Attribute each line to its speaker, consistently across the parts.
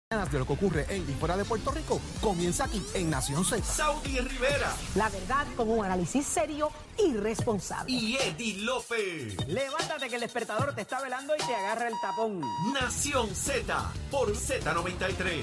Speaker 1: De lo que ocurre en y fuera de Puerto Rico comienza aquí en Nación Z.
Speaker 2: Saudi Rivera.
Speaker 3: La verdad con un análisis serio y responsable.
Speaker 2: Y Eddie López.
Speaker 4: Levántate que el despertador te está velando y te agarra el tapón.
Speaker 2: Nación Z por Z93.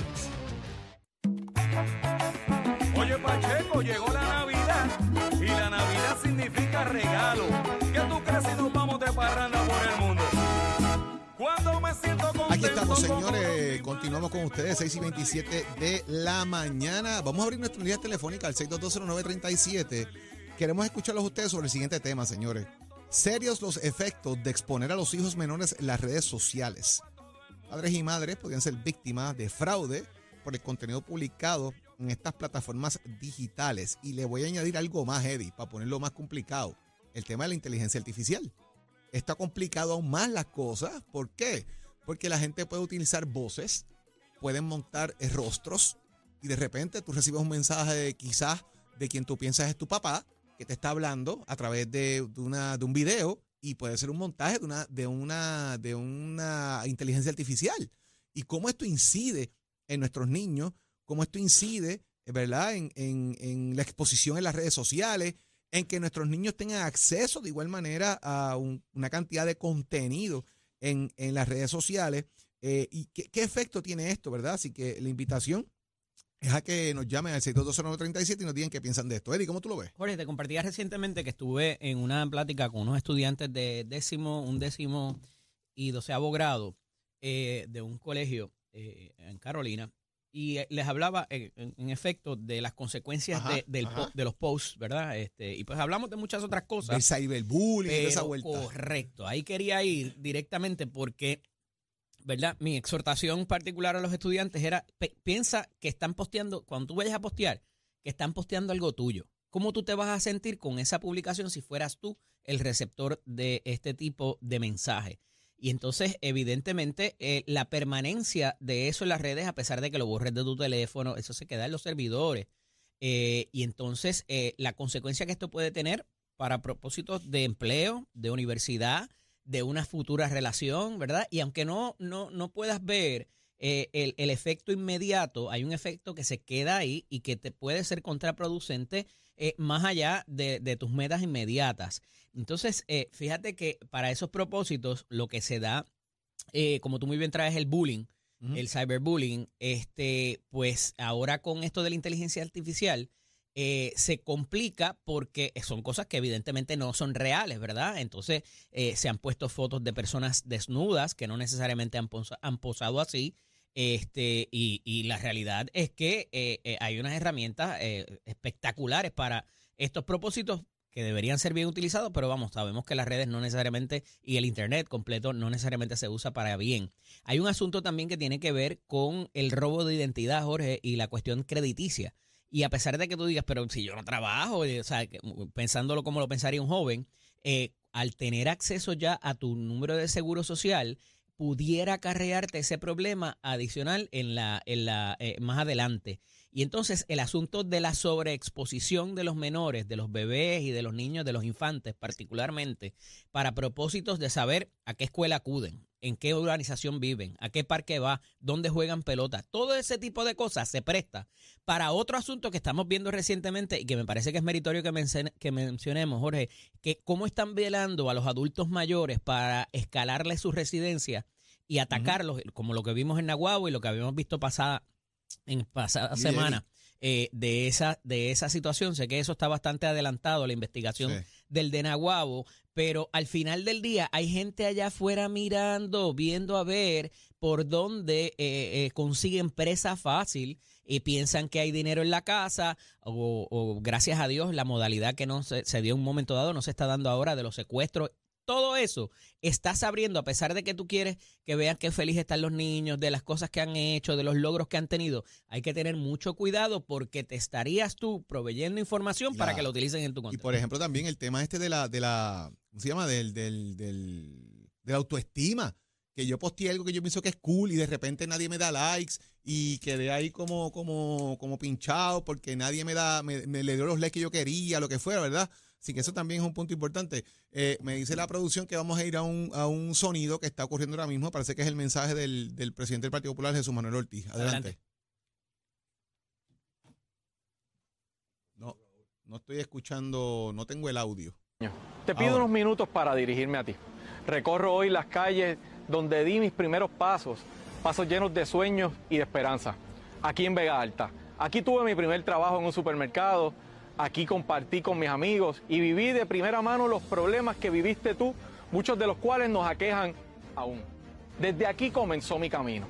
Speaker 5: Oye Pacheco, llegó la Navidad y la Navidad significa regalo. ¿Qué tú crees si nos vamos de parranda por el mundo? Cuando me siento contento.
Speaker 6: Aquí estamos, señores. Continuamos con ustedes, 6:27 de la mañana. Vamos a abrir nuestra línea telefónica al 6220937. Queremos escucharlos a ustedes sobre el siguiente tema, señores. Serios los efectos de exponer a los hijos menores en las redes sociales. Padres y madres podrían ser víctimas de fraude por el contenido publicado en estas plataformas digitales. Y le voy a añadir algo más, Eddie, para ponerlo más complicado. El tema de la inteligencia artificial. Esto ha complicado aún más las cosas. ¿Por qué? Porque la gente puede utilizar voces, pueden montar rostros y de repente tú recibes un mensaje quizás de quien tú piensas es tu papá que te está hablando a través de un video y puede ser un montaje de una inteligencia artificial. Y cómo esto incide en nuestros niños, cómo esto incide, ¿verdad?, en la exposición en las redes sociales, en que nuestros niños tengan acceso de igual manera a una cantidad de contenido en las redes sociales. ¿Y qué efecto tiene esto, verdad? Así que la invitación es a que nos llamen al 6220937 y nos digan qué piensan de esto. Eddie, ¿cómo tú lo ves?
Speaker 4: Jorge, te compartía recientemente que estuve en una plática con unos estudiantes de décimo y 12º grado de un colegio en Carolina. Y les hablaba, en efecto, de las consecuencias de los posts, ¿verdad? Y pues hablamos de muchas otras cosas.
Speaker 6: El cyberbullying, de esa vuelta.
Speaker 4: Correcto. Ahí quería ir directamente porque, ¿verdad? Mi exhortación particular a los estudiantes era, piensa que están posteando, cuando tú vayas a postear, que están posteando algo tuyo. ¿Cómo tú te vas a sentir con esa publicación si fueras tú el receptor de este tipo de mensaje? Y entonces, evidentemente, la permanencia de eso en las redes, a pesar de que lo borres de tu teléfono, eso se queda en los servidores. Y entonces, la consecuencia que esto puede tener para propósitos de empleo, de universidad, de una futura relación, ¿verdad? Y aunque no puedas ver el efecto inmediato, hay un efecto que se queda ahí y que te puede ser contraproducente más allá de tus metas inmediatas. Entonces, fíjate que para esos propósitos lo que se da, como tú muy bien traes el bullying, el cyberbullying, pues ahora con esto de la inteligencia artificial se complica porque son cosas que evidentemente no son reales, ¿verdad? Entonces se han puesto fotos de personas desnudas que no necesariamente han posado así. Y la realidad es que hay unas herramientas espectaculares para estos propósitos que deberían ser bien utilizados, pero vamos, sabemos que las redes no necesariamente y el internet completo no necesariamente se usa para bien. Hay un asunto también que tiene que ver con el robo de identidad, Jorge, y la cuestión crediticia. Y a pesar de que tú digas, pero si yo no trabajo, o sea, pensándolo como lo pensaría un joven, al tener acceso ya a tu número de seguro social, pudiera acarrearte ese problema adicional más adelante. Y entonces el asunto de la sobreexposición de los menores, de los bebés y de los niños, de los infantes particularmente, para propósitos de saber a qué escuela acuden, en qué organización viven, a qué parque va, dónde juegan pelota, todo ese tipo de cosas se presta para otro asunto que estamos viendo recientemente y que me parece que es meritorio que mencionemos, Jorge, que cómo están velando a los adultos mayores para escalarles su residencia y atacarlos, como lo que vimos en Naguabo y lo que habíamos visto pasada semana de esa situación. Sé que eso está bastante adelantado, la investigación del de Naguabo, pero al final del día hay gente allá afuera mirando, viendo a ver por dónde consiguen presa fácil y piensan que hay dinero en la casa o gracias a Dios la modalidad que no se dio en un momento dado no se está dando ahora de los secuestros. Todo eso estás abriendo, a pesar de que tú quieres que vean qué feliz están los niños, de las cosas que han hecho, de los logros que han tenido. Hay que tener mucho cuidado porque te estarías tú proveyendo información para que lo utilicen en tu contenido.
Speaker 6: Y por ejemplo también el tema de la ¿cómo se llama? De la autoestima. Que yo posteé algo que yo pienso que es cool y de repente nadie me da likes y quedé ahí como pinchado porque nadie me le dio los likes que yo quería, lo que fuera, ¿verdad? Así que eso también es un punto importante. Me dice la producción que vamos a ir a un sonido que está ocurriendo ahora mismo. Parece que es el mensaje del presidente del Partido Popular, Jesús Manuel Ortiz. Adelante. No estoy escuchando, no tengo el audio.
Speaker 7: Te pido unos minutos para dirigirme a ti. Recorro hoy las calles donde di mis primeros pasos llenos de sueños y de esperanza. Aquí en Vega Alta. Aquí tuve mi primer trabajo en un supermercado, aquí compartí con mis amigos y viví de primera mano los problemas que viviste tú, muchos de los cuales nos aquejan aún. Desde aquí comenzó mi camino.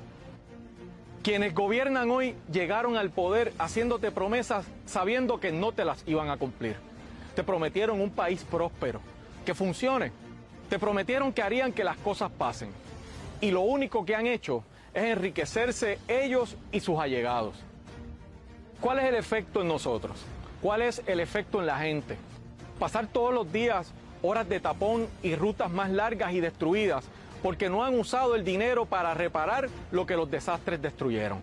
Speaker 7: Quienes gobiernan hoy llegaron al poder haciéndote promesas sabiendo que no te las iban a cumplir. Te prometieron un país próspero, que funcione. Te prometieron que harían que las cosas pasen. Y lo único que han hecho es enriquecerse ellos y sus allegados. ¿Cuál es el efecto en nosotros? ¿Cuál es el efecto en la gente? Pasar todos los días horas de tapón y rutas más largas y destruidas porque no han usado el dinero para reparar lo que los desastres destruyeron.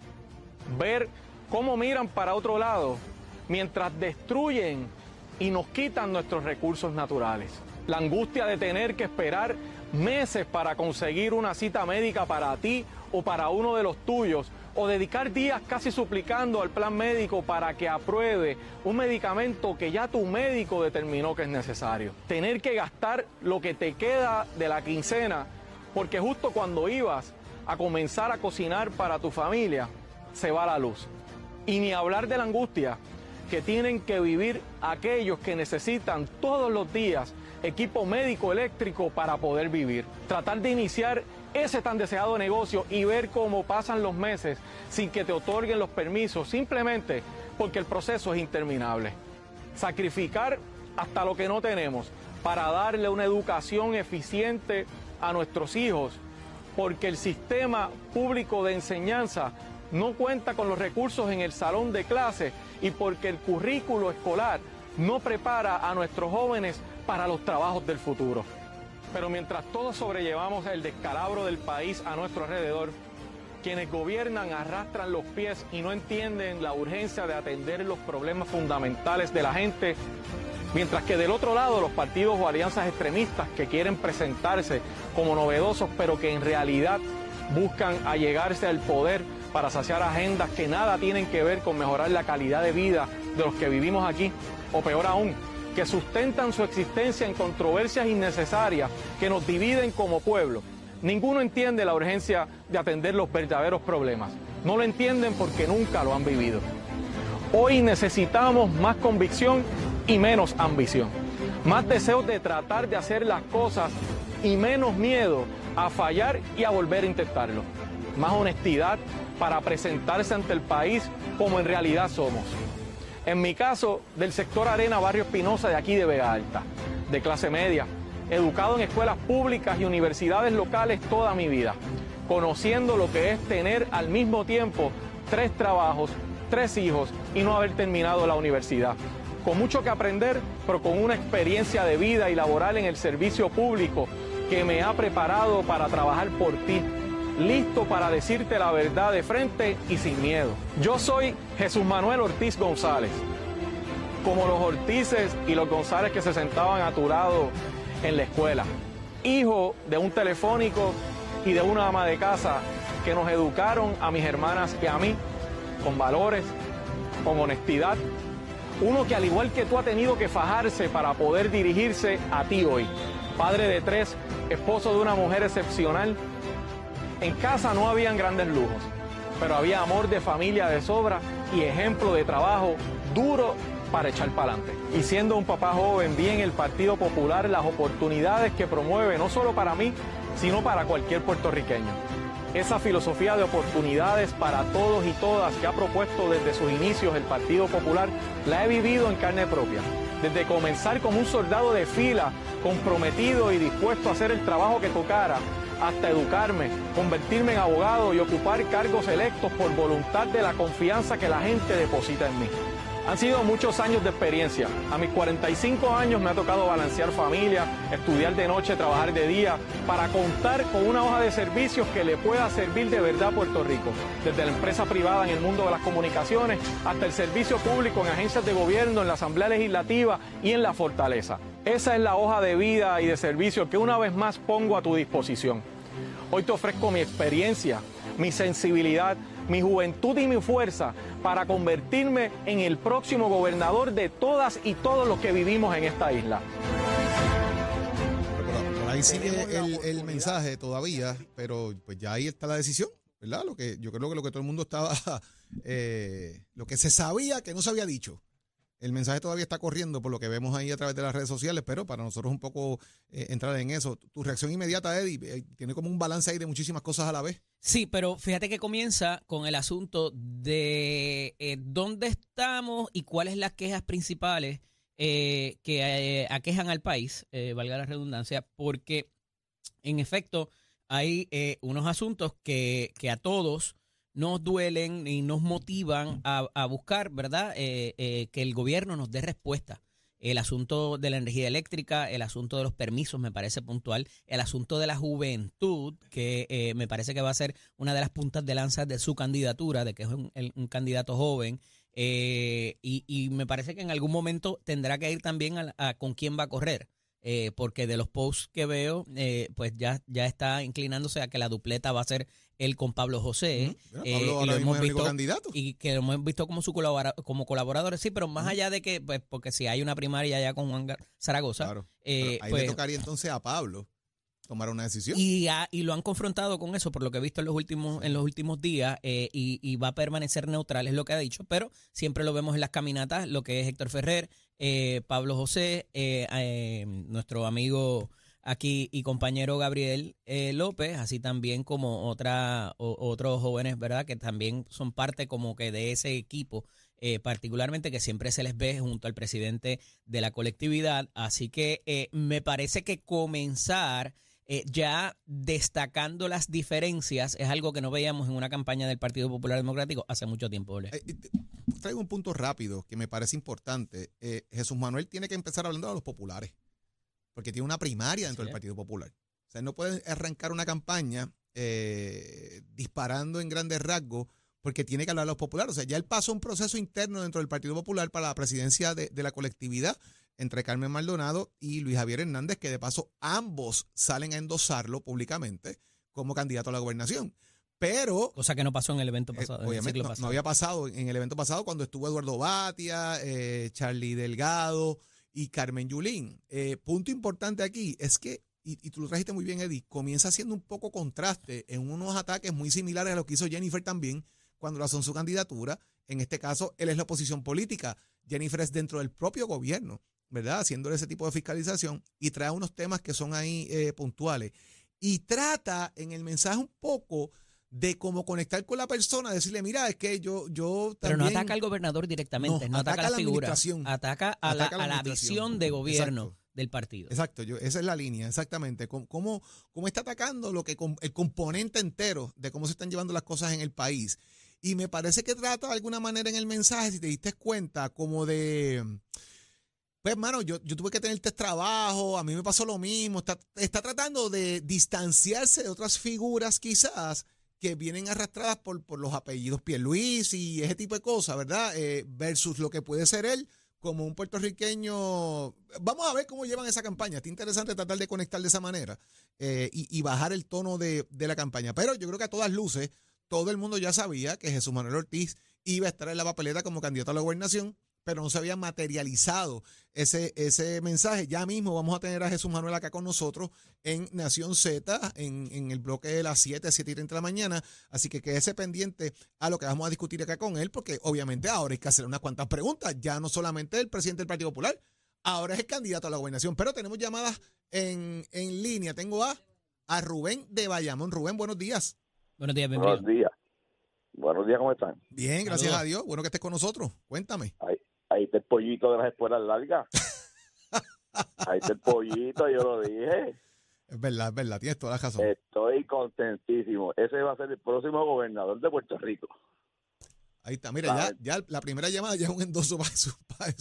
Speaker 7: Ver cómo miran para otro lado mientras destruyen y nos quitan nuestros recursos naturales. La angustia de tener que esperar meses para conseguir una cita médica para ti o para uno de los tuyos, o dedicar días casi suplicando al plan médico para que apruebe un medicamento que ya tu médico determinó que es necesario. Tener que gastar lo que te queda de la quincena porque justo cuando ibas a comenzar a cocinar para tu familia, se va la luz. Y ni hablar de la angustia que tienen que vivir aquellos que necesitan todos los días equipo médico eléctrico para poder vivir. Tratar de iniciar ese tan deseado negocio y ver cómo pasan los meses sin que te otorguen los permisos, simplemente porque el proceso es interminable. Sacrificar hasta lo que no tenemos para darle una educación eficiente a nuestros hijos, porque el sistema público de enseñanza no cuenta con los recursos en el salón de clase y porque el currículo escolar no prepara a nuestros jóvenes para los trabajos del futuro. Pero mientras todos sobrellevamos el descalabro del país a nuestro alrededor, quienes gobiernan arrastran los pies y no entienden la urgencia de atender los problemas fundamentales de la gente, mientras que del otro lado los partidos o alianzas extremistas que quieren presentarse como novedosos, pero que en realidad buscan allegarse al poder para saciar agendas que nada tienen que ver con mejorar la calidad de vida de los que vivimos aquí, o peor aún, que sustentan su existencia en controversias innecesarias que nos dividen como pueblo. Ninguno entiende la urgencia de atender los verdaderos problemas. No lo entienden porque nunca lo han vivido. Hoy necesitamos más convicción y menos ambición. Más deseos de tratar de hacer las cosas y menos miedo a fallar y a volver a intentarlo. Más honestidad para presentarse ante el país como en realidad somos. En mi caso, del sector Arena, Barrio Espinosa, de aquí de Vega Alta, de clase media, educado en escuelas públicas y universidades locales toda mi vida, conociendo lo que es tener al mismo tiempo 3 trabajos, 3 hijos y no haber terminado la universidad. Con mucho que aprender, pero con una experiencia de vida y laboral en el servicio público que me ha preparado para trabajar por ti, listo para decirte la verdad de frente y sin miedo. Yo soy Jesús Manuel Ortiz González, como los Ortices y los González que se sentaban a tu lado en la escuela, hijo de un telefónico y de una ama de casa que nos educaron a mis hermanas y a mí con valores, con honestidad, uno que al igual que tú ha tenido que fajarse para poder dirigirse a ti hoy, padre de 3, esposo de una mujer excepcional. En casa no habían grandes lujos, pero había amor de familia de sobra y ejemplo de trabajo duro para echar para adelante. Y siendo un papá joven, vi en el Partido Popular las oportunidades que promueve no solo para mí, sino para cualquier puertorriqueño. Esa filosofía de oportunidades para todos y todas que ha propuesto desde sus inicios el Partido Popular, la he vivido en carne propia. Desde comenzar como un soldado de fila, comprometido y dispuesto a hacer el trabajo que tocara, hasta educarme, convertirme en abogado y ocupar cargos electos por voluntad de la confianza que la gente deposita en mí. Han sido muchos años de experiencia. A mis 45 años me ha tocado balancear familia, estudiar de noche, trabajar de día, para contar con una hoja de servicios que le pueda servir de verdad a Puerto Rico. Desde la empresa privada en el mundo de las comunicaciones hasta el servicio público en agencias de gobierno, en la Asamblea Legislativa y en la Fortaleza. Esa es la hoja de vida y de servicio que una vez más pongo a tu disposición. Hoy te ofrezco mi experiencia, mi sensibilidad, mi juventud y mi fuerza para convertirme en el próximo gobernador de todas y todos los que vivimos en esta isla.
Speaker 6: Por ahí sigue el mensaje todavía, pero pues ya ahí está la decisión, ¿verdad? Yo creo que lo que todo el mundo estaba, lo que se sabía que no se había dicho. El mensaje todavía está corriendo por lo que vemos ahí a través de las redes sociales, pero para nosotros un poco entrar en eso. Tu reacción inmediata, Eddie, tiene como un balance ahí de muchísimas cosas a la vez.
Speaker 4: Sí, pero fíjate que comienza con el asunto de dónde estamos y cuáles las quejas principales que aquejan al país, valga la redundancia, porque en efecto hay unos asuntos que a todos nos duelen y nos motivan a buscar, ¿verdad?, que el gobierno nos dé respuesta. El asunto de la energía eléctrica, el asunto de los permisos me parece puntual, el asunto de la juventud, que me parece que va a ser una de las puntas de lanza de su candidatura, de que es un candidato joven, y me parece que en algún momento tendrá que ir también a con quién va a correr. Porque de los posts que veo, pues ya está inclinándose a que la dupleta va a ser él con Pablo José.
Speaker 6: Pablo
Speaker 4: y lo hemos visto
Speaker 6: candidato.
Speaker 4: Y que lo hemos visto como como colaboradores, sí, pero más allá de que, pues, porque si hay una primaria ya con Juan Zaragoza,
Speaker 6: claro. Ahí
Speaker 4: pues,
Speaker 6: le tocaría entonces a Pablo tomar una decisión.
Speaker 4: Y lo han confrontado con eso, por lo que he visto en los últimos días, y va a permanecer neutral, es lo que ha dicho, pero siempre lo vemos en las caminatas, lo que es Héctor Ferrer, Pablo José, nuestro amigo aquí y compañero Gabriel López, así también como otros jóvenes, ¿verdad?, que también son parte como que de ese equipo, particularmente que siempre se les ve junto al presidente de la colectividad. Así que me parece que comenzar ya destacando las diferencias es algo que no veíamos en una campaña del Partido Popular Democrático hace mucho tiempo.
Speaker 6: Traigo un punto rápido que me parece importante. Jesús Manuel tiene que empezar hablando a los populares, porque tiene una primaria dentro del Partido Popular. O sea, no puede arrancar una campaña disparando en grandes rasgos, porque tiene que hablar a los populares. O sea, ya él pasó un proceso interno dentro del Partido Popular para la presidencia de la colectividad entre Carmen Maldonado y Luis Javier Hernández, que de paso ambos salen a endosarlo públicamente como candidato a la gobernación. Pero,
Speaker 4: cosa que no pasó en el evento pasado.
Speaker 6: Obviamente no había pasado en el evento pasado cuando estuvo Eduardo Batia, Charlie Delgado y Carmen Yulín. Punto importante aquí es que, y tú lo trajiste muy bien, Eddie, comienza haciendo un poco contraste en unos ataques muy similares a lo que hizo Jennifer también cuando lanzó su candidatura. En este caso, él es la oposición política. Jennifer es dentro del propio gobierno, ¿verdad?, haciéndole ese tipo de fiscalización, y trae unos temas que son ahí puntuales. Y trata en el mensaje un poco de cómo conectar con la persona, decirle, mira, es que yo también...
Speaker 4: Pero no ataca al gobernador directamente, no ataca a la figura, ataca a la visión de gobierno. Exacto. Del partido.
Speaker 6: Exacto, esa es la línea, exactamente. ¿Cómo está atacando el componente entero de cómo se están llevando las cosas en el país? Y me parece que trata de alguna manera en el mensaje, si te diste cuenta, como de... Pues, hermano, yo tuve que tener este trabajo, a mí me pasó lo mismo. Está tratando de distanciarse de otras figuras quizás que vienen arrastradas por los apellidos Pierluisi y ese tipo de cosas, ¿verdad? Versus lo que puede ser él como un puertorriqueño. Vamos a ver cómo llevan esa campaña. Está interesante tratar de conectar de esa manera y bajar el tono de la campaña. Pero yo creo que a todas luces, todo el mundo ya sabía que Jesús Manuel Ortiz iba a estar en la papeleta como candidato a la gobernación, pero no se había materializado ese mensaje. Ya mismo vamos a tener a Jesús Manuel acá con nosotros en Nación Z, en el bloque de las 7:30 de la mañana. Así que quédese pendiente a lo que vamos a discutir acá con él, porque obviamente ahora hay que hacer unas cuantas preguntas. Ya no solamente el presidente del Partido Popular, ahora es el candidato a la gobernación. Pero tenemos llamadas en línea. Tengo a Rubén de Bayamón. Rubén, buenos días.
Speaker 4: Buenos días, bienvenido.
Speaker 8: Buenos días. Buenos días, ¿cómo están?
Speaker 6: Bien, gracias a Dios. Bueno que estés con nosotros. Cuéntame.
Speaker 8: Ahí está el pollito de las espuelas largas. Ahí está el pollito, yo lo dije.
Speaker 6: Es verdad, tienes toda la razón.
Speaker 8: Estoy contentísimo. Ese va a ser el próximo gobernador de Puerto Rico.
Speaker 6: Ahí está, mira,
Speaker 8: ¿sabes?
Speaker 6: ya la primera llamada ya es un endoso para eso.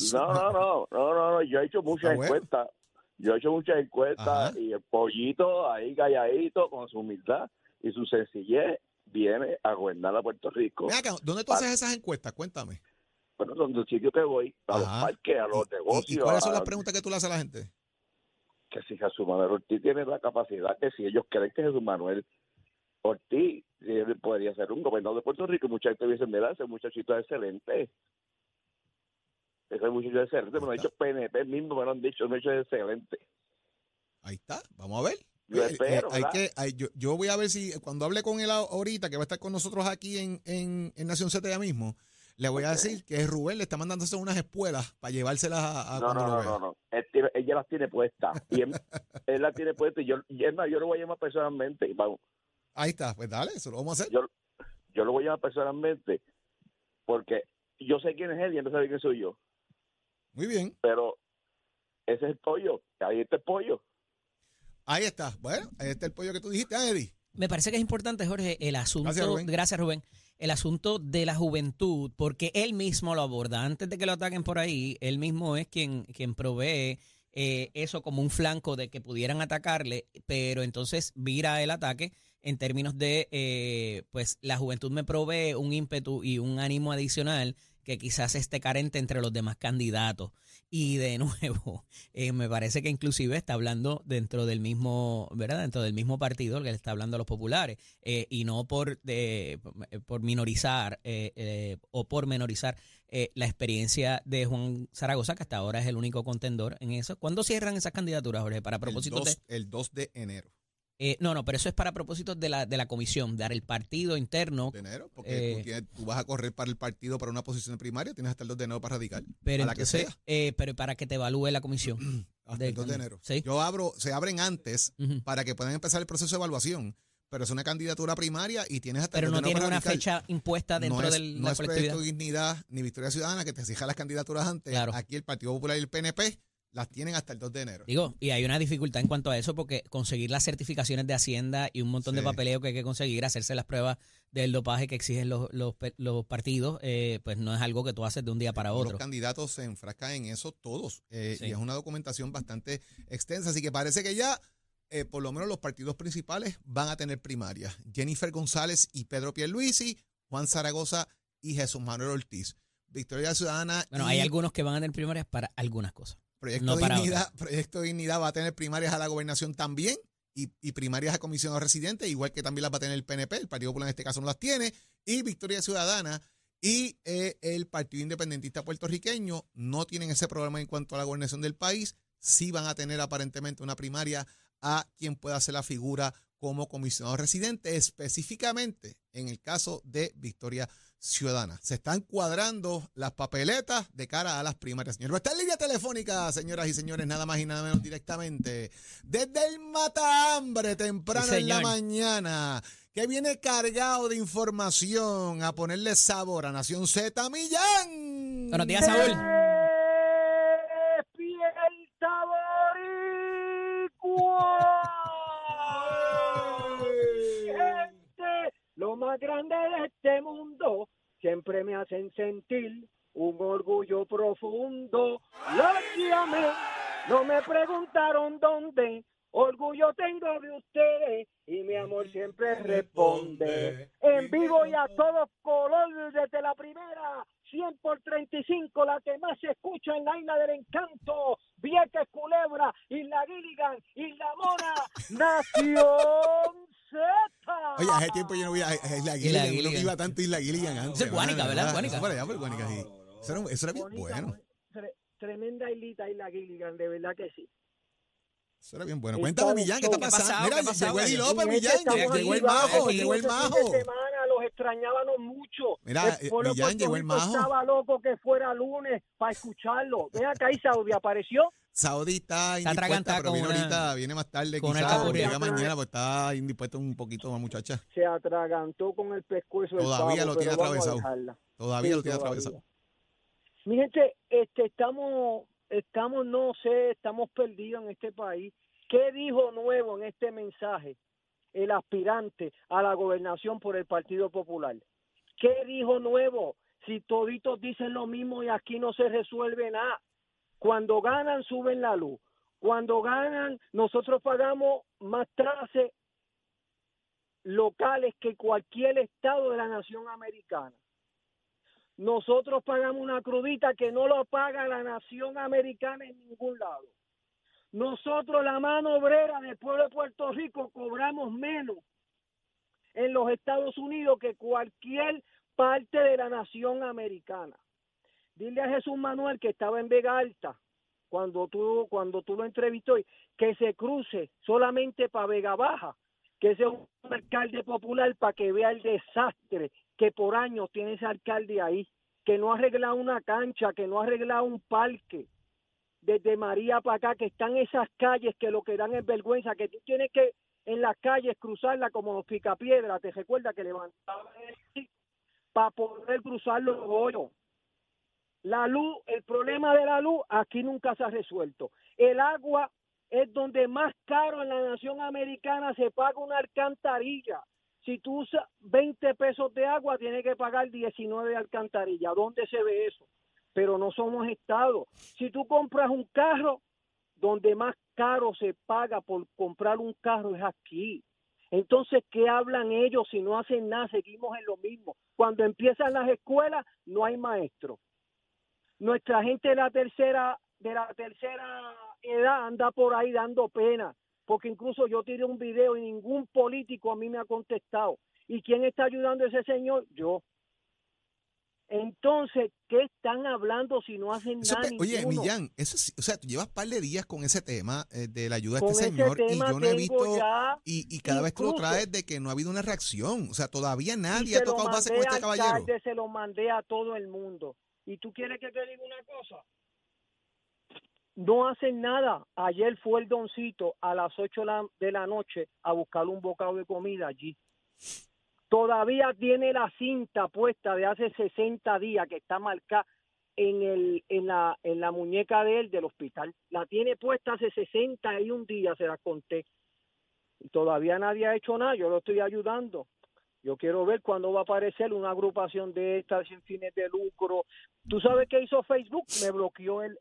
Speaker 8: No, yo he hecho muchas
Speaker 6: Está bueno.
Speaker 8: encuestas. Yo he hecho muchas encuestas
Speaker 6: Ajá.
Speaker 8: y el pollito ahí calladito con su humildad y su sencillez viene a gobernar a Puerto Rico.
Speaker 6: Ven acá, ¿dónde tú haces esas encuestas? Cuéntame.
Speaker 8: Bueno, donde el sitio que voy, a los
Speaker 6: Ajá.
Speaker 8: parques, a los
Speaker 6: ¿Y
Speaker 8: negocios.
Speaker 6: cuáles son las preguntas que tú le haces a la gente?
Speaker 8: Que si Jesús Manuel Ortiz tiene la capacidad, que si ellos creen que Jesús Manuel Ortiz podría ser un gobernador de Puerto Rico, y mucha gente dice, mira, ese muchachito es excelente. Ese muchacho es excelente, me lo han dicho PNP mismo, me lo han dicho, un hecho es excelente.
Speaker 6: Ahí está, vamos a ver.
Speaker 8: Yo espero, ¿verdad?
Speaker 6: Yo voy a ver si cuando hable con él ahorita, que va a estar con nosotros aquí en Nación Z ya mismo, le voy a decir que Rubén le está mandando unas espuelas para llevárselas a cuando lo vea.
Speaker 8: No. Ella las tiene puestas. Y él las tiene puestas. Y es más, yo lo voy a llamar personalmente. Vamos,
Speaker 6: Ahí está, pues dale, eso lo vamos a hacer.
Speaker 8: yo lo voy a llamar personalmente porque yo sé quién es él y él no sabe quién soy yo.
Speaker 6: Muy bien,
Speaker 8: Pero ese es el pollo. Ahí está el pollo.
Speaker 6: ahí está. Bueno, ahí está el pollo que tú dijiste, Eddie.
Speaker 4: Me parece que es importante, Jorge, el asunto.
Speaker 6: Gracias,
Speaker 4: Rubén. El asunto de la juventud, porque él mismo lo aborda. Antes de que lo ataquen por ahí, él mismo es quien provee eso como un flanco de que pudieran atacarle, pero entonces vira el ataque en términos de, pues la juventud me provee un ímpetu y un ánimo adicional que quizás esté carente entre los demás candidatos. Y de nuevo, me parece que inclusive está hablando dentro del mismo, ¿verdad? Dentro del mismo partido, que le está hablando a los populares, y no por minorizar o por menorizar la experiencia de Juan Zaragoza, que hasta ahora es el único contendor en eso. ¿Cuándo cierran esas candidaturas, Jorge? Para propósito
Speaker 6: El 2 de enero.
Speaker 4: No, pero eso es para propósitos de la comisión, dar el partido interno.
Speaker 6: De enero, porque tú vas a correr para el partido para una posición primaria, tienes hasta el 2 de enero para radical.
Speaker 4: Pero
Speaker 6: a la
Speaker 4: entonces,
Speaker 6: que sea.
Speaker 4: pero para que te evalúe la comisión.
Speaker 6: Hasta el 2 de enero.
Speaker 4: ¿Sí?
Speaker 6: Se abren antes para que puedan empezar el proceso de evaluación, pero es una candidatura primaria y tienes hasta
Speaker 4: Pero
Speaker 6: el 2
Speaker 4: no
Speaker 6: de enero
Speaker 4: tiene una
Speaker 6: para radical.
Speaker 4: fecha impuesta dentro de
Speaker 6: No
Speaker 4: la
Speaker 6: es
Speaker 4: colectividad.
Speaker 6: Proyecto Dignidad ni Victoria Ciudadana que te exija las candidaturas antes.
Speaker 4: Claro.
Speaker 6: Aquí el Partido Popular y el PNP las tienen hasta el 2 de enero.
Speaker 4: Digo, y hay una dificultad en cuanto a eso porque conseguir las certificaciones de Hacienda y un montón de papeleo que hay que conseguir, hacerse las pruebas del dopaje que exigen los partidos, pues no es algo que tú haces de un día para otro.
Speaker 6: Los candidatos se enfrascan en eso todos
Speaker 4: Sí.
Speaker 6: y es una documentación bastante extensa, así que parece que ya por lo menos los partidos principales van a tener primarias. Jennifer González y Pedro Pierluisi, Juan Zaragoza y Jesús Manuel Ortiz. Victoria Ciudadana
Speaker 4: Bueno, hay algunos que van a tener primarias para algunas cosas.
Speaker 6: Proyecto Dignidad va a tener primarias a la gobernación también y primarias a comisionados residentes, igual que también las va a tener el PNP, el Partido Popular en este caso no las tiene, y Victoria Ciudadana y el Partido Independentista Puertorriqueño no tienen ese problema en cuanto a la gobernación del país, sí van a tener aparentemente una primaria a quien pueda ser la figura como comisionado residente, específicamente en el caso de Victoria Ciudadana. Se están cuadrando las papeletas de cara a las primarias. Señor, está en línea telefónica, señoras y señores, nada más y nada menos directamente desde el Matahambre, temprano
Speaker 4: Sí,
Speaker 6: en la
Speaker 4: señor.
Speaker 6: mañana, que viene cargado de información a ponerle sabor a Nación Z, Millán.
Speaker 4: Buenos días, Saúl.
Speaker 9: ¡Despierta, Boricua! Gente, lo más grande de este mundo siempre me hacen sentir un orgullo profundo. Los llamé, no me preguntaron dónde. Orgullo tengo de ustedes y mi amor siempre responde. En vivo y a todo color desde la primera, 100 por 35, la que más se escucha en la Isla del Encanto, Vieques, Culebra, Isla Gilligan, Isla Mona, Nación Z.
Speaker 6: Oye, hace tiempo yo no voy a Isla Gilligan, uno que iba tanto a Isla Gilligan antes.
Speaker 4: Eso es Guánica, ¿verdad? Guánica.
Speaker 6: Eso por allá por Guánica, sí. Eso era bien
Speaker 9: Bonita,
Speaker 6: bueno.
Speaker 9: Tremenda islita, Isla Gilligan, de verdad que sí.
Speaker 6: Eso era bien bueno. Cuéntame, Millán, ¿qué está
Speaker 4: ¿Qué ha
Speaker 6: pasando?
Speaker 4: pasado?
Speaker 6: Mira,
Speaker 4: ¿Qué ha pasado?
Speaker 6: llegó Eddie López,
Speaker 9: Mi gente,
Speaker 6: Millán,
Speaker 9: estamos
Speaker 6: llegó el
Speaker 9: activados,
Speaker 6: majo,
Speaker 9: este
Speaker 6: llegó el
Speaker 9: fin
Speaker 6: majo.
Speaker 9: de semana, los extrañábamos mucho.
Speaker 6: Mira,
Speaker 9: El pueblo de
Speaker 6: Millán,
Speaker 9: Puerto
Speaker 6: llegó el
Speaker 9: Rico
Speaker 6: majo.
Speaker 9: Estaba loco que fuera lunes para escucharlo. Ven acá, y Saudi apareció.
Speaker 6: Saudi está indispuesta,
Speaker 4: atragantada
Speaker 6: pero
Speaker 4: con
Speaker 6: viene
Speaker 4: una-
Speaker 6: ahorita, viene más tarde,
Speaker 4: con una
Speaker 6: quizás, o
Speaker 4: alcapurria.
Speaker 6: llega mañana, pues está indispuesta un poquito más, muchacha.
Speaker 9: Se atragantó con el pescuezo del
Speaker 6: Todavía
Speaker 9: pavo,
Speaker 6: lo tiene
Speaker 9: pero vamos a
Speaker 6: atravesado.
Speaker 9: dejarla.
Speaker 6: Todavía
Speaker 9: Sí,
Speaker 6: lo tiene
Speaker 9: todavía.
Speaker 6: atravesado.
Speaker 9: Mi gente, estamos, no sé, estamos perdidos en este país. ¿Qué dijo nuevo en este mensaje el aspirante a la gobernación por el Partido Popular? ¿Qué dijo nuevo? si toditos dicen lo mismo y aquí no se resuelve nada? Cuando ganan, suben la luz. Cuando ganan, nosotros pagamos más traces locales que cualquier estado de la nación americana. Nosotros pagamos una crudita que no lo paga la nación americana en ningún lado. Nosotros, la mano obrera del pueblo de Puerto Rico, cobramos menos en los Estados Unidos que cualquier parte de la nación americana. Dile a Jesús Manuel, que estaba en Vega Alta, cuando tú lo entrevistó, que se cruce solamente para Vega Baja, que ese es un alcalde popular, para que vea el desastre que por años tiene ese alcalde ahí, que no ha arreglado una cancha, que no ha arreglado un parque, desde María para acá, que están esas calles que lo que dan es vergüenza, que tú tienes que en las calles cruzarla como los picapiedras. Te recuerda que levantaban el para poder cruzar los hoyos. La luz, el problema de la luz aquí nunca se ha resuelto. El agua es donde más caro en la nación americana se paga una alcantarilla. Si tú usas 20 pesos de agua, tienes que pagar 19 de alcantarilla. ¿Dónde se ve eso? Pero no somos estados. Si tú compras un carro, donde más caro se paga por comprar un carro es aquí. Entonces, ¿qué hablan ellos si no hacen nada? Seguimos en lo mismo. Cuando empiezan las escuelas, no hay maestros. Nuestra gente de la tercera edad anda por ahí dando pena, porque incluso yo tiré un video y ningún político a mí me ha contestado. ¿Y quién está ayudando a ese señor? Yo. Entonces, ¿qué están hablando si no hacen nada?
Speaker 6: Oye, Millán, o sea, tú llevas un par de días con ese tema de la ayuda a este señor y yo no he visto, y cada vez que lo traes de que no ha habido una reacción. O sea, todavía nadie ha tocado base con este caballero.
Speaker 9: Se lo mandé a todo el mundo. ¿Y tú quieres que te diga una cosa? No hacen nada. Ayer fue el doncito a las 8 de la noche a buscar un bocado de comida allí. Todavía tiene la cinta puesta de hace 60 días que está marcada en la muñeca de él del hospital. La tiene puesta hace 61 días, se la conté. Y todavía nadie ha hecho nada. Yo lo estoy ayudando. Yo quiero ver cuándo va a aparecer una agrupación de estas sin fines de lucro. ¿Tú sabes qué hizo Facebook? Me bloqueó el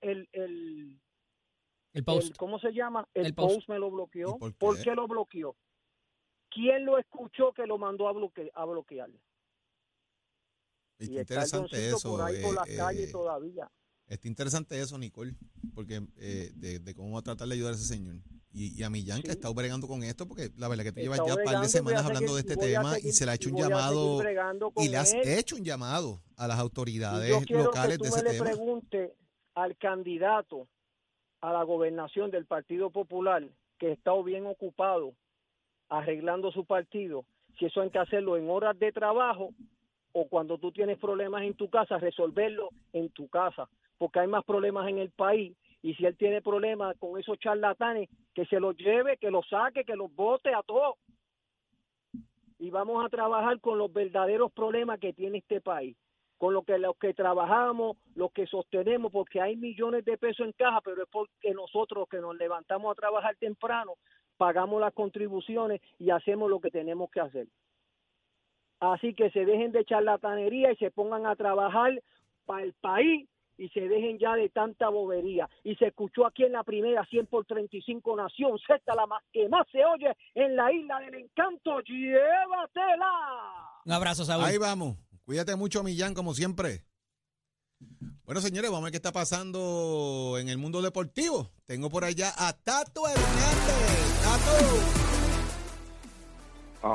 Speaker 9: post. ¿Cómo se llama? El post me lo bloqueó. ¿Por qué lo bloqueó? ¿Quién lo escuchó que lo mandó a bloquearle?
Speaker 6: Está interesante eso.
Speaker 9: Por ahí por las calles todavía.
Speaker 6: Está interesante eso, Nicole, porque de cómo va a tratar de ayudar a ese señor. Y a Millán, sí, que ha estado bregando con esto, porque la verdad que tú llevas ya un par de semanas hablando de este tema y se le ha hecho un llamado, y le has hecho un llamado a las autoridades locales de ese tema. Yo quiero que tú me le preguntes al candidato a la gobernación del Partido Popular, que ha estado bien ocupado arreglando su partido, si eso hay que hacerlo en horas de trabajo o cuando tú tienes problemas en tu casa, resolverlo en tu casa, porque hay más problemas en el país. Y si él tiene problemas con esos charlatanes, que se los lleve, que los saque, que los bote a todos. Y vamos a trabajar con los verdaderos problemas que tiene este país, con los que trabajamos, los que sostenemos, porque hay millones de pesos en caja, pero es porque nosotros que nos levantamos a trabajar temprano, pagamos las contribuciones y hacemos lo que tenemos que hacer. Así que se dejen de charlatanería y se pongan a trabajar para el país y se dejen ya de tanta bobería. Y se escuchó aquí en la primera 100x35 Nación Z, la más que más se oye en la Isla del Encanto. ¡Llévatela!
Speaker 4: Un abrazo, Saúl.
Speaker 6: Ahí vamos. Cuídate mucho, Millán, como siempre. Bueno, señores, vamos a ver qué está pasando en el mundo deportivo. Tengo por allá a Tato Hernández. Tato.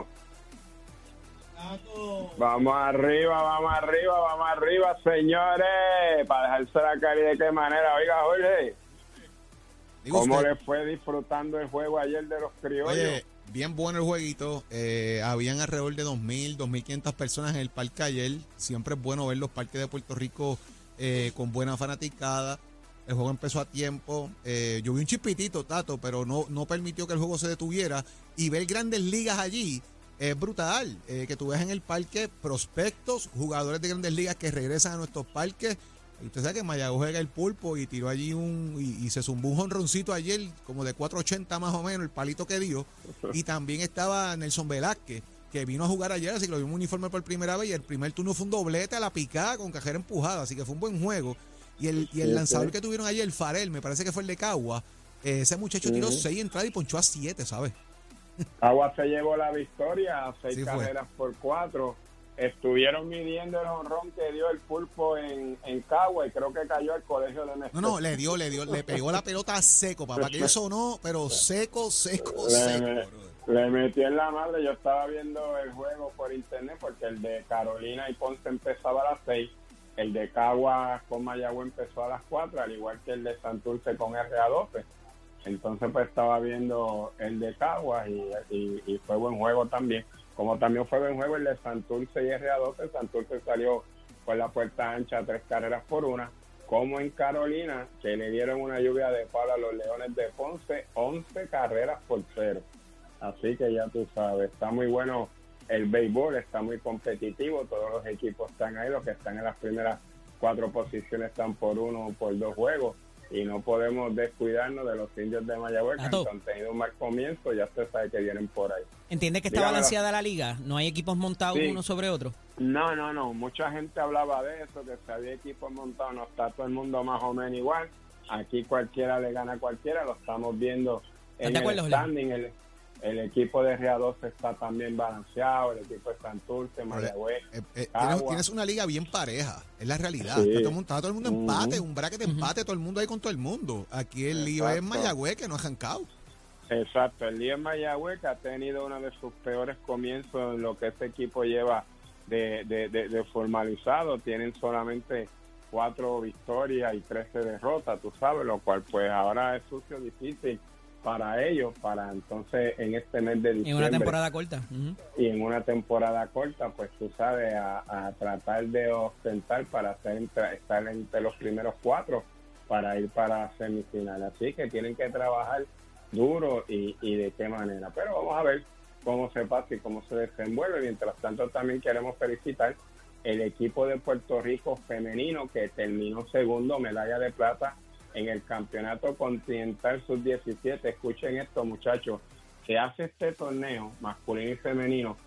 Speaker 10: Vamos arriba, señores, para dejarse la caer de qué manera. Oiga, Jorge, ¿cómo le fue disfrutando el juego ayer de los criollos?
Speaker 6: Oye, bien bueno el jueguito. Habían alrededor de 2.000, 2.500 personas en el parque ayer. Siempre es bueno ver los parques de Puerto Rico con buena fanaticada. El juego empezó a tiempo. Yo vi un chispitito, Tato, pero no permitió que el juego se detuviera. Y ver Grandes Ligas allí es brutal, que tú ves en el parque prospectos, jugadores de Grandes Ligas que regresan a nuestros parques. Y usted sabe que Mayagüez juega el pulpo y tiró allí y se zumbó un jonroncito ayer, como de 480 más o menos, el palito que dio. Y también estaba Nelson Velázquez, que vino a jugar ayer, así que lo vimos uniforme por primera vez y el primer turno fue un doblete a la picada con cajera empujada, así que fue un buen juego. Y el lanzador que tuvieron ayer, el Farel, me parece que fue el de Cagua, ese muchacho tiró 6 entradas y ponchó a 7, ¿sabes?
Speaker 10: Cagua se llevó la victoria, 6 carreras por 4. Estuvieron midiendo el jonrón que dio el Pulpo en Cagua y creo que cayó al colegio de Néstor.
Speaker 6: No, le pegó la pelota seco, papá, que eso no, pero seco.
Speaker 10: Le metió en la madre. Yo estaba viendo el juego por internet porque el de Carolina y Ponce empezaba a las 6, el de Cagua con Mayagüez empezó a las 4, al igual que el de Santurce con RA12. Entonces pues estaba viendo el de Caguas y fue buen juego también. Como también fue buen juego el de Santurce y RA12. Santurce salió por la puerta ancha 3 carreras por 1. Como en Carolina, que le dieron una lluvia de palo a los Leones de Ponce, 11 carreras por 0. Así que ya tú sabes, está muy bueno el béisbol, está muy competitivo. Todos los equipos están ahí, los que están en las primeras 4 posiciones están por 1 o por 2 juegos. Y no podemos descuidarnos de los Indios de Mayagüez, que han tenido un mal comienzo, ya usted sabe que vienen por ahí.
Speaker 4: ¿Entiende que está balanceada la liga? ¿No hay equipos montados uno sobre otro?
Speaker 10: No, mucha gente hablaba de eso, que si había equipos montados, no está todo el mundo más o menos igual. Aquí cualquiera le gana a cualquiera, lo estamos viendo en el standing. El equipo de RA12 está también balanceado, el equipo de Santurce, Mayagüez.
Speaker 6: Tienes una liga bien pareja, es la realidad.
Speaker 10: Sí.
Speaker 6: Está todo el mundo empate, un bracket de empate, todo el mundo ahí con todo el mundo. Aquí el lío es Mayagüez, que no ha arrancado.
Speaker 10: Exacto, el lío es Mayagüez, que ha tenido uno de sus peores comienzos en lo que este equipo lleva de formalizado. Tienen solamente 4 victorias y 13 derrotas, tú sabes, lo cual pues ahora es sucio, difícil para ellos, para entonces en este mes de diciembre.
Speaker 4: En una temporada corta.
Speaker 10: Y en una temporada corta, pues tú sabes, a tratar de ostentar para estar entre los primeros 4 para ir para semifinal. Así que tienen que trabajar duro y de qué manera. Pero vamos a ver cómo se pasa y cómo se desenvuelve. Mientras tanto, también queremos felicitar el equipo de Puerto Rico femenino que terminó segundo, medalla de plata en el Campeonato Continental Sub-17. Escuchen esto, muchachos. Se hace este torneo masculino y femenino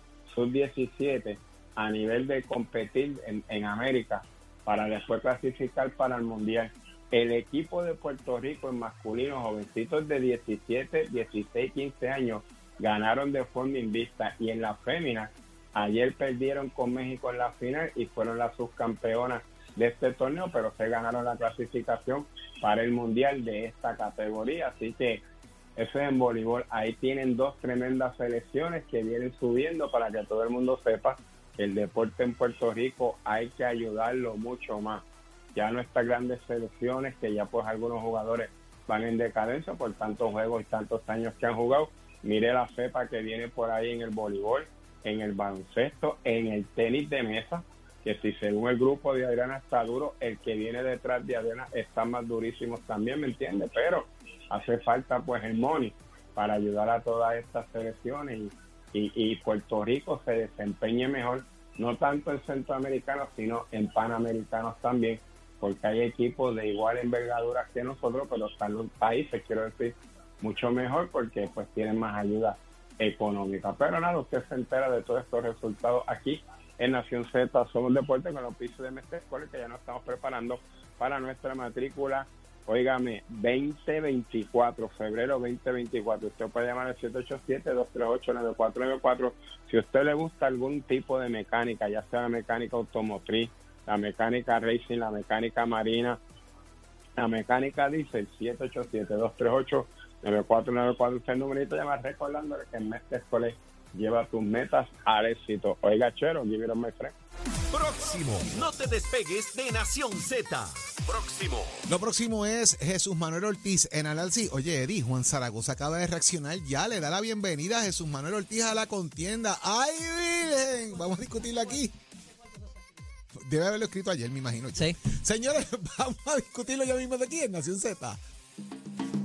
Speaker 10: Sub-17 a nivel de competir en América para después clasificar para el Mundial. El equipo de Puerto Rico en masculino, jovencitos de 17, 16, 15 años, ganaron de forma invicta. Y en la fémina, ayer perdieron con México en la final y fueron las subcampeonas de este torneo, pero se ganaron la clasificación para el Mundial de esta categoría. Así que eso es en voleibol. Ahí tienen 2 tremendas selecciones que vienen subiendo para que todo el mundo sepa que el deporte en Puerto Rico hay que ayudarlo mucho más. Ya no estas grandes selecciones que ya pues algunos jugadores van en decadencia por tantos juegos y tantos años que han jugado. Mire la cepa que viene por ahí en el voleibol, en el baloncesto, en el tenis de mesa, que si según el grupo de Adriana está duro, el que viene detrás de Adriana está más durísimos también, ¿me entiendes? Pero hace falta pues el money para ayudar a todas estas selecciones y Puerto Rico se desempeñe mejor, no tanto en centroamericanos, sino en panamericanos también, porque hay equipos de igual envergadura que nosotros, pero están los países, quiero decir, mucho mejor porque pues tienen más ayuda económica. Pero nada, usted se entera de todos estos resultados aquí en Nación Z. Somos Deportes con los pisos de Mestre Escuela, que ya nos estamos preparando para nuestra matrícula, óigame, 2024, febrero 2024. Usted puede llamar al 787-238-9494. Si a usted le gusta algún tipo de mecánica, ya sea la mecánica automotriz, la mecánica racing, la mecánica marina, la mecánica diésel, 787-238-9494. Usted el numerito llama recordándole que en Mestre Escuela lleva tus metas al éxito. Oiga, chero, give it up, my friend.
Speaker 2: Próximo, no te despegues de Nación Z. Próximo.
Speaker 6: Lo próximo es Jesús Manuel Ortiz en análisis. Oye, Eddie, Juan Zaragoza acaba de reaccionar, ya le da la bienvenida a Jesús Manuel Ortiz a la contienda. ¡Ay, Virgen! Vamos a discutirlo aquí. Debe haberlo escrito ayer, me imagino.
Speaker 4: Sí.
Speaker 6: Señores, vamos a discutirlo ya mismo de aquí en Nación Z.